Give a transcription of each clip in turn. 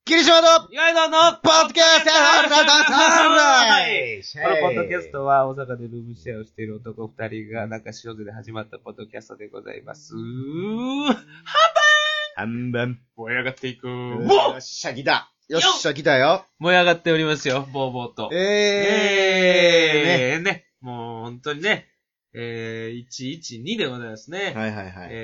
霧島の岩井のポッドキャストこのポッドキャストは大阪でルームシェアをしている男二人が中潮で始まったポッドキャストでございます。 半分。 燃え上がっていく。 よっしゃ、来た。よっしゃ、来たよ。 燃え上がっておりますよ、ボーボーと。ね。もう本当にね、112でございますね。 はいはいはい。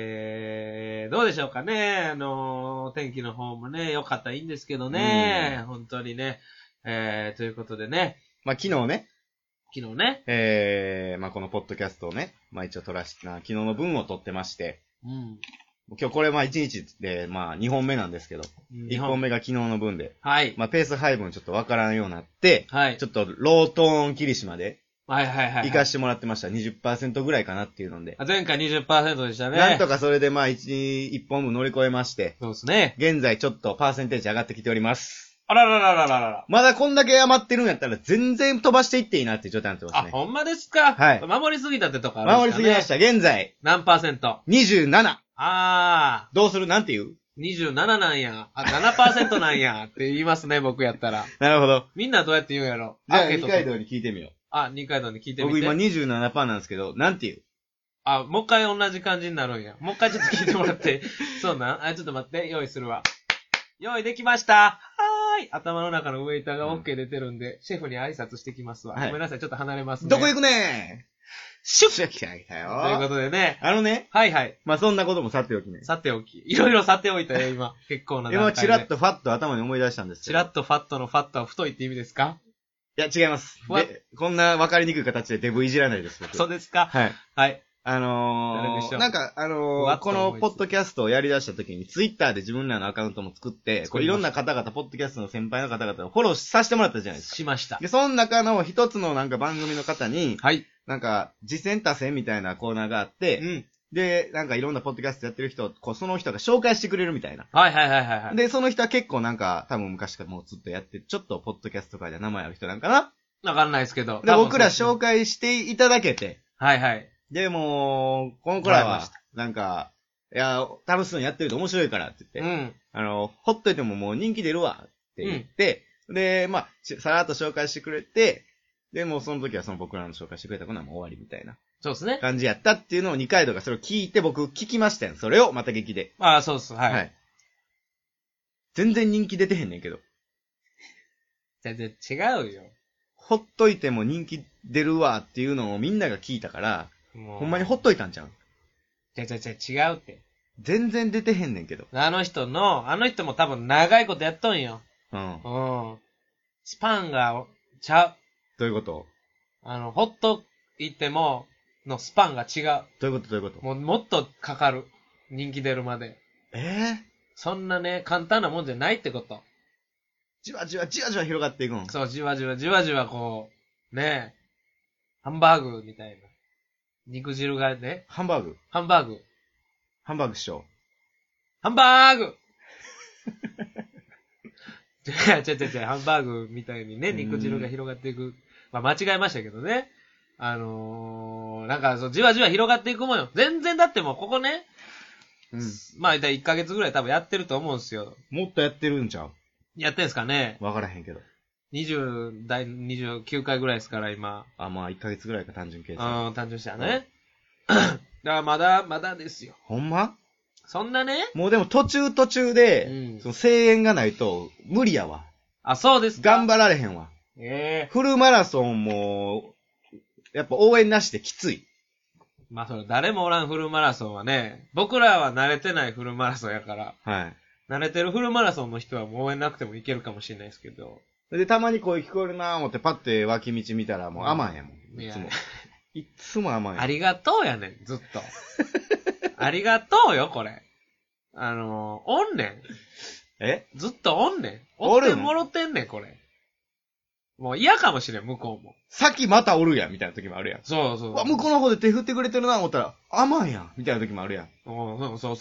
どうでしょうかね。天気の方もね、良かったらいいんですけどね。本当にね。ということでね。 まあ、昨日ね。 まあ、このポッドキャストをね、まあ一応昨日の分を撮ってまして。 うん。 今日これまあ1日で、まあ2本目なんですけど、1本目が昨日の分で。 はい。 まあペース配分ちょっとわからんようになって、 はい。 ちょっとロートーン霧島で、 はい。 行かしてもらってました。20% ぐらいかなっていうので。 前回 20% でしたね。 なんとかそれでまあ1本分乗り越えまして。 そうですね。 現在ちょっとパーセンテージ上がってきております。 あらららららら。 まだこんだけ余ってるんやったら全然飛ばしていっていいなっていう状態になってますね。 あ、ほんまですか？ はい。 守りすぎたってとこあるんですかね。 守りすぎました。現在。 何%？ 27。 どうする？なんて言う？ 27なんや。7% なんや。って言いますね、僕やったら。 なるほど。 みんなどうやって言うんやろ？ じゃあ、二階堂に聞いてみよう。 二階堂に聞いてみて。 僕今 27% なんですけど、なんて言う？ もう一回同じ感じになるんや。もう一回ちょっと聞いてもらって。そうなん？ちょっと待って。用意するわ。用意できました。はーい。頭の中のウェイターが OK 出てるんで、シェフに挨拶してきますわ。 はい、 ごめんなさい、ちょっと離れますね。 どこ行くねーシュッ来たよ。 ということでね。はいはい。 まあ、そんなこともさておきね。 さておき。いろいろさておいたよ、今。結構な段階で。 今、チラッとファッと頭に思い出したんですけど。 チラッとファットのファットは太いって意味ですか？ いや、違います。で、こんな分かりにくい形でデブいじらないです。 そうですか？ はい。 はい。 なんか、このポッドキャストをやり出した時に、ツイッターで自分らのアカウントも作って、いろんな方々、ポッドキャストの先輩の方々をフォローさせてもらったじゃないですか。 しました。 で、その中の一つのなんか番組の方に、 はい。 なんか、実践達成みたいなコーナーがあって、うん。で、なんかいろんなポッドキャストやってる人を、その人が紹介してくれるみたいな。 はい。 で、その人は結構なんか、多分昔からもうずっとやって、ちょっとポッドキャスト界で名前ある人なんかな？ わかんないですけど。 で、僕ら紹介していただけて。 はい。 で、もう、この子らは、なんか、いや、楽しそうにやってると面白いからって言って、ほっといてももう人気出るわって言って、で、まあ、さらっと紹介してくれて、で、もうその時はその僕らの紹介してくれた子はもう終わりみたいな。 そうですね。 感じやったっていうのを二階堂がそれを聞いて僕聞きましたよ。それをまた劇で。 ああ、そうっす。はい。 全然人気出てへんねんけど。 全然違うよ。 ほっといても人気出るわっていうのをみんなが聞いたから、ほんまにほっといたんちゃう？ 違うって。 全然出てへんねんけど。 あの人も多分長いことやっとんよ。 うん。 スパンがちゃう。 どういうこと？ ほっといても、のスパンが違う。 どういうこともっとかかる。人気出るまで。そんなね、簡単なもんじゃないってこと。 じわじわ広がっていくん。 そう、じわじわこう、ねハンバーグみたいな。肉汁がね。 ハンバーグ師匠。 ハンバーグ違う、ハンバーグみたいにね、肉汁が広がっていく。まあ間違えましたけどね。なんかそう、じわじわ広がっていくもんよ。全然だってもうここね、まあ1ヶ月ぐらい多分やってると思うんですよ。 もっとやってるんちゃう？ やってんすかね？ わからへんけど。 29回ぐらいですから今。 まあ1ヶ月ぐらいか単純計算。 単純したね。だからまだですよ。 ほんま？ そんなね。 もうでも途中で、その声援がないと無理やわ。 あ、そうですか。 頑張られへんわ。フルマラソンも、やっぱ応援なしできつい。 まあそれ誰もおらんフルマラソンはね、僕らは慣れてないフルマラソンやから。 はい。 慣れてるフルマラソンの人はもう応援なくてもいけるかもしれないですけど。 で、たまに声聞こえるなぁ思ってパッて脇道見たらもう甘んやもん。いつも。いつも甘んや。 ありがとうやねん、ずっと。ありがとうよ、これ。おんねん。ずっとおんねん。おってもろてんねん、これ。もう嫌かもしれん、向こうも。 さっきまたおるやん、みたいな時もあるやん。 そう。 向こうの方で手振ってくれてるなぁ思ったら、甘んやん、みたいな時もあるやん。 そう。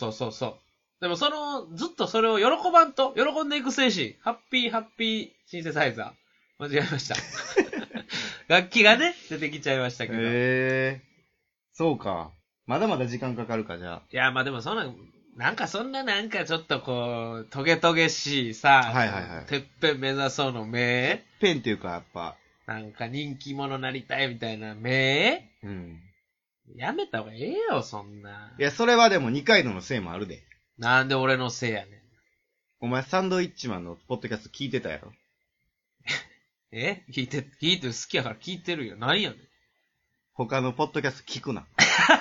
でもずっとそれを喜んでいく精神。ハッピーシンセサイザー。間違えました。楽器がね、出てきちゃいましたけど。 そうか。まだまだ時間かかるか、じゃあ。 いや、まあでもそんな、 なんかそんななんかちょっとこう、トゲトゲしいさ、 はいはいはい。 てっぺん目指そうの目ペンっていうかやっぱ、 なんか人気者なりたいみたいな目うん。 やめた方がええよ、そんな。 いや、それはでも二階堂のせいもあるで。 なんで俺のせいやねん。 お前サンドイッチマンのポッドキャスト聞いてたやろ。 聞いて好きやから聞いてるよ。何やねん。 他のポッドキャスト聞くな。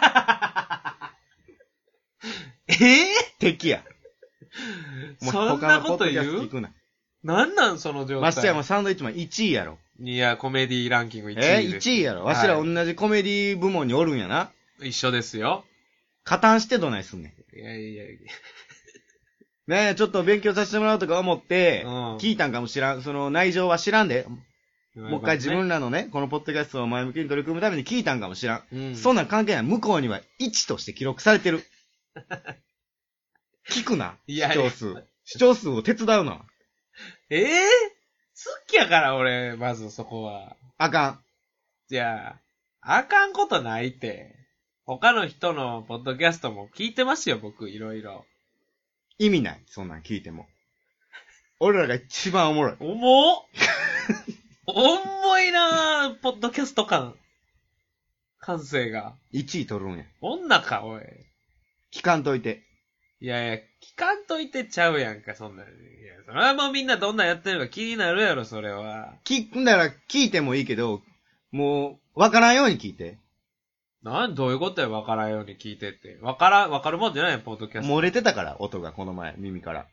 敵や。 そんなこと言う聞くな。 なんなんその状態。 ましてやもうサンドイッチマン1位やろ。 いや、コメディランキング1位です。 1位やろ。わしら同じコメディ部門におるんやな。 一緒ですよ。 加担してどないすんねいやいやいや。 ねえ、ちょっと勉強させてもらおうとか思って、 うん聞いたんかもしらん。その内情は知らんで。 ももう一回自分らのね、このポッドキャストを前向きに取り組むために聞いたんかもしらん。 うん、 そんなん関係ない。向こうには1として記録されてる。聞くな。 いや視聴数。視聴数を手伝うな。 好きやから俺、まずそこは。 あかん。 じゃあ、あかんことないって。他の人のポッドキャストも聞いてますよ、僕、いろいろ。 意味ない。そんなん聞いても。俺らが一番おもろい。 重っ重いなぁ、ポッドキャスト感性が。 1位取るんや。 女か、おい。 聞かんといて。 いやいや、聞かんといてちゃうやんか、そんな。いや、それはもうみんなどんなんやってるのか気になるやろ、それは。 聞くなら聞いてもいいけど、もう、わからんように聞いて。 どういうことや、わからんように聞いてって。わかるもんじゃないよ、ポッドキャスト。 漏れてたから、音がこの前、耳から。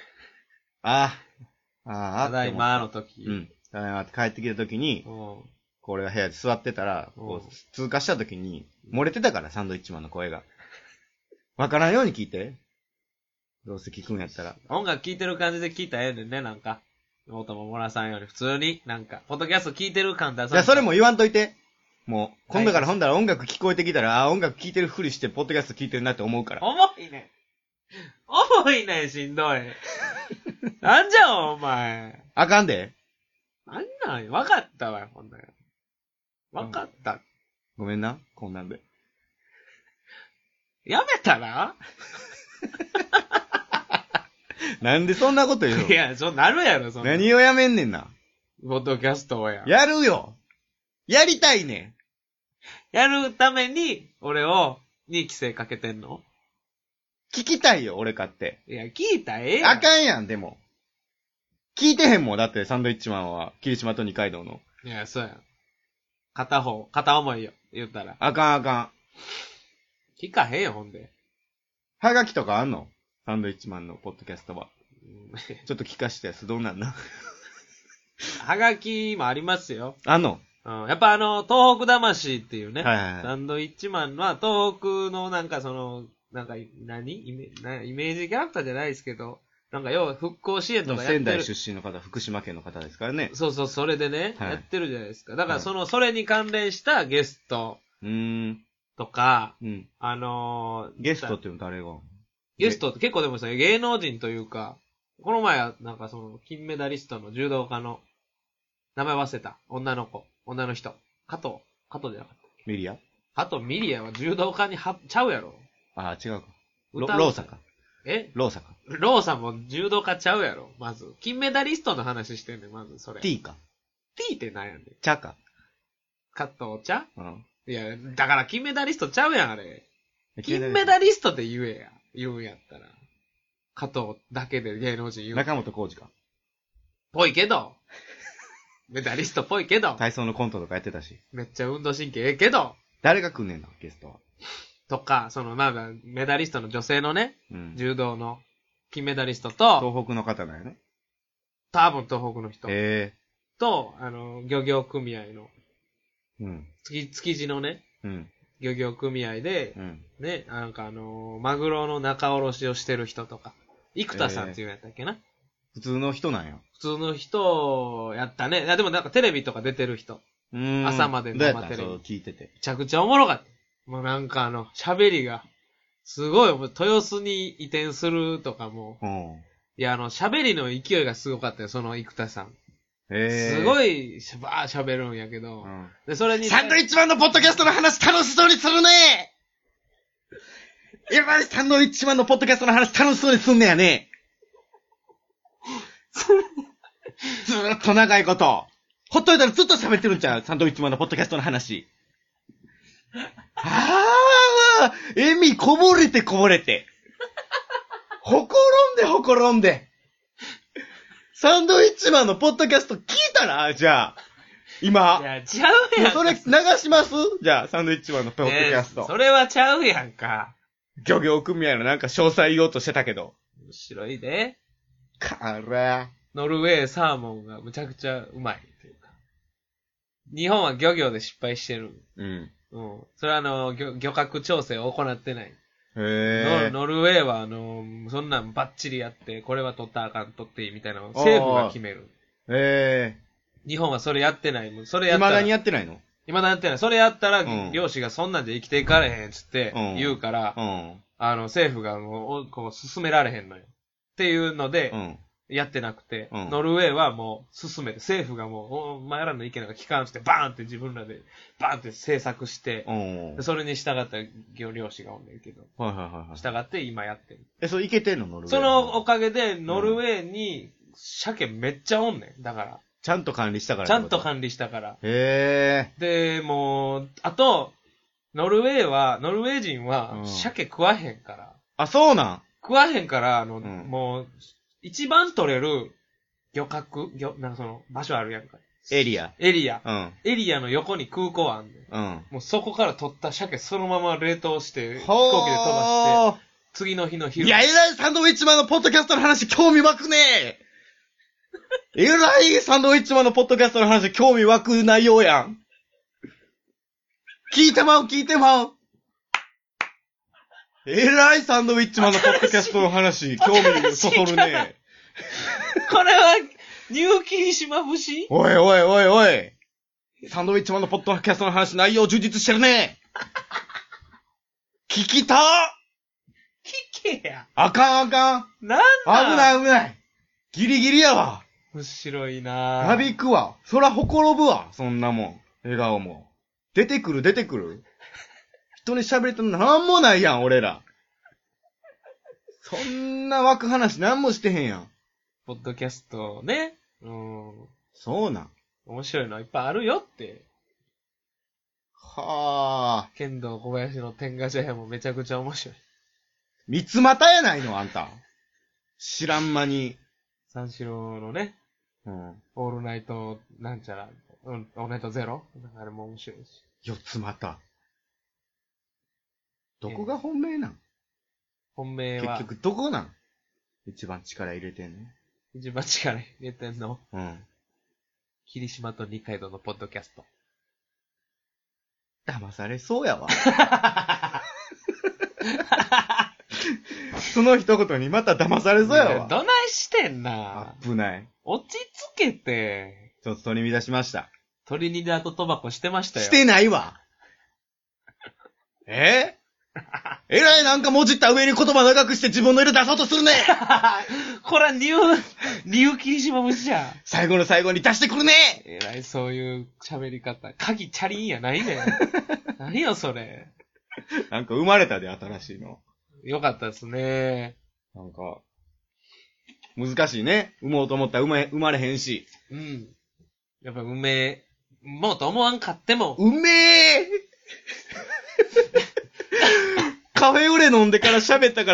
ただいまの時。 うん。ただいまって帰ってきた時に、これが部屋で座ってたら、こう、通過した時に、漏れてたから、サンドイッチマンの声が。わからんように聞いて。どうせ聞くんやったら。 音楽聴いてる感じで聞いたらええねんね、なんか。音も漏らさんように、普通に、なんか、ポッドキャスト聞いてる感出さん。 じゃあそれも言わんといて。もう、今度からほんだら音楽聞こえてきたら、音楽聞いてるふりして、ポッドキャスト聞いてるなって思うから。 重いね。重いね、しんどい。なんじゃお前。 あかんで。 なんなんわかったわよ、こんなん。わかった。 ごめんな、こんなんで。 やめたらなんでそんなこと言うの？ いや、そうなるやろ、そんな。 何をやめんねんな。 ポッドキャストをや。 やるよ。やりたいねん。やるために、俺に規制かけてんの？ 聞きたいよ、俺かって。 いや、聞いたらええやん。 あかんやん、でも。聞いてへんもん、だってサンドイッチマンは、霧島と二階堂の。 いや、そうやん。片思いよ、言ったら。 あかんあかん。 聞かへんよ、ほんで。 はがきとかあんの？サンドイッチマンのポッドキャストは。ちょっと聞かしてやつ、どうなんな。 はがきもありますよ。 あんの？ うん。やっぱ東北魂っていうね。 はいはいはい。 サンドイッチマンは、東北のなんかなんか、イメージキャラクターじゃないですけど、なんか要は復興支援とかやってる。 仙台出身の方、福島県の方ですからね。 そう、それでね、 はいやってるじゃないですか。だからそれに関連したゲストとか、 うん。 ゲストっていうの誰が？ ゲストって結構でもさ、芸能人というか、この前はなんか金メダリストの柔道家の、名前忘れた。女の人。加藤じゃなかった。 ミリア？ 加藤ミリアは柔道家にちゃうやろ。 ああ、違うか。 ローサか。ローサか。 ローさんも柔道家ちゃうやろ。まず。金メダリストの話してんねん、まずそれ。 T か。 T って何やねん。 茶か。 加藤茶？ うん。 いや、だから金メダリストちゃうやん、あれ。金メダリストって言うんやったら。加藤だけで芸能人言う。 中本浩二か。 ぽいけど。メダリストっぽいけど。 体操のコントとかやってたし。 めっちゃ運動神経ええけど。 誰が来んねんな、ゲストは。 とか、メダリストの女性のね、柔道の金メダリストと、 東北の方なんやね。 多分東北の人。と、漁業組合の、築地のね、漁業組合で、ね、なんかマグロの仲卸をしてる人とか、生田さんっていうやったっけな。 普通の人なんや。 普通の人やったね。いや、でもなんかテレビとか出てる人。朝まで生テレビ。 そう聞いてて。 めちゃくちゃおもろかった。もうなんか喋りが、すごい、豊洲に移転するとかも、いや、喋りの勢いがすごかったよ、その生田さん。すごい、喋るんやけど、で、それに。 サンドイッチマンのポッドキャストの話楽しそうにするねやっぱりサンドウィッチマンのポッドキャストの話楽しそうにすんねやね。ずーっと長いこと。ほっといたらずっと喋ってるんちゃうサンドウィッチマンのポッドキャストの話。笑みこぼれてこぼれて。ほころんでほころんで。サンドウィッチマンのポッドキャスト聞いたらじゃあ。今。 いや、ちゃうやん。 それ流しますじゃあ、サンドウィッチマンのポッドキャスト。 それはちゃうやんか。 漁業組合のなんか詳細言おうとしてたけど。 面白いで。 からノルウェーサーモンがむちゃくちゃうまいっていうか。日本は漁業で失敗してる。 うん。 うん。それは漁獲調整を行ってない。 へノルウェーはそんなんバッチリやって、これは取ったらあかん、取っていいみたいなのを政府が決める。 へ日本はそれやってない。それやったら。 未だにやってないの？ 未だにやってない。それやったら、漁師がそんなんで生きていかれへんっつって言うから、政府がもう、こう進められへんのよ。っていうので、やってなくて、ノルウェーはもう進めて、政府がもう、お前らの意見が聞かんって、バーンって自分らで、バーンって政策して、それに従った漁師がおんねんけど、従って今やってる。 それいけてんのノルウェー？ そのおかげで、ノルウェーに鮭めっちゃおんねん。だから。 ちゃんと管理したから。 ちゃんと管理したから。 へで、もう、あと、ノルウェー人は、鮭食わへんから。 あ、そうなん？ 食わへんから、もう、一番取れる漁獲、なんかその、場所あるやんか。 エリア。 エリアの横に空港あんねん。もうそこから取った鮭そのまま冷凍して、飛行機で飛ばして、次の日の昼。 いや、えらいサンドウィッチマンのポッドキャストの話興味湧くねえらいサンドウィッチマンのポッドキャストの話興味湧く内容やん。聞いてまう。えらいサンドウィッチマンのポッドキャストの話興味そそるね。 これは、ニュー霧島節？ おい。サンドウィッチマンのポッドキャストの話内容充実してるね。聞きた聞けや。 あかん。 なんだ危ない。ギリギリやわ。 面白いなぁ。 なびくわ。そらほころぶわ。そんなもん。笑顔も。出てくる。人に喋りとなんもないやん、俺ら。そんな湧く話なんもしてへんやん。 ポッドキャストね。 そうなん。 面白いのいっぱいあるよって。 はぁ。 剣道小林の天下茶屋もめちゃくちゃ面白い。 三つ股やないの、あんた。知らん間に。 三四郎のね。オールナイトなんちゃら。オールナイトゼロ？あれも面白いし。 四つ股。どこが本命なん？ 本命は。 結局どこなん？一番力入れてんの？ 一番力入れてんの？霧島と二階堂のポッドキャスト。 騙されそうやわ。その一言にまた騙されそうやわ。 どないしてんな。 危ない。 落ち着けて。 ちょっと取り乱しました。 トリニダードトバコしてましたよ。 してないわ。えらいなんかもじった上に言葉長くして自分の色出そうとするね。 これはニュー霧島節じゃん。 最後の最後に出してくるね。 えらいそういう喋り方。鍵チャリンやないねん。何よそれ。 なんか生まれたで新しいの。 よかったですね。 なんか、難しいね。産もうと思ったら生まれへんし。 やっぱもうと思わんかっても。 カフェオレ飲んでから喋ったから、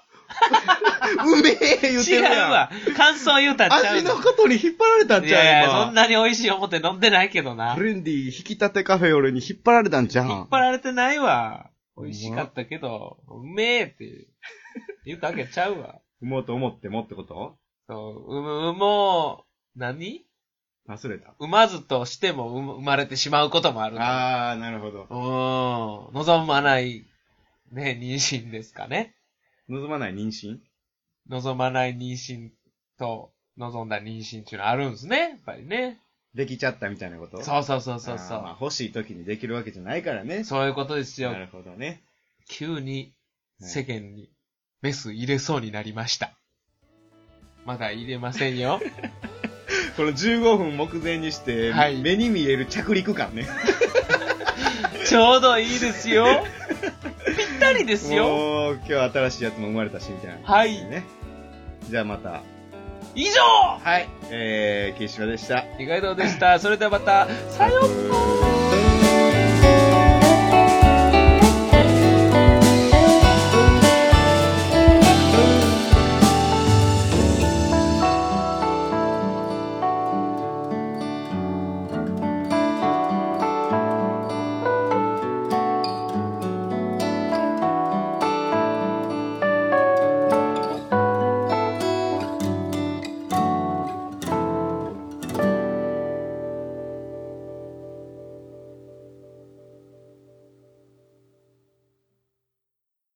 言ってるやん。 違うわ。感想言うたんちゃう。 味のことに引っ張られたんちゃう。 いやそんなに美味しい思って飲んでないけどな。 ブレンディ引き立てカフェオレに引っ張られたんちゃう。 引っ張られてないわ。美味しかったけど、って言ったわけちゃうわ。 産もうと思ってもってこと？ そう、もう、何？ 忘れた。 産まずとしても生まれてしまうこともある。 あー、なるほど。 望まないね、妊娠ですかね。 望まない妊娠？ 望まない妊娠と望んだ妊娠っていうのあるんですね、やっぱりね。 できちゃったみたいなこと？ そう。 まあ欲しい時にできるわけじゃないからね。 そういうことですよ。 なるほどね。 急に世間にメス入れそうになりました。まだ入れませんよ。 この15分目前にして、目に見える着陸感ね。 ちょうどいいですよ。ぴったかりですよ。 もう、今日新しいやつも生まれたし、みたいな、ね。 はい。 じゃあまた。 以上はい。岸和でした。 二階堂でした。それではまた、さようなら。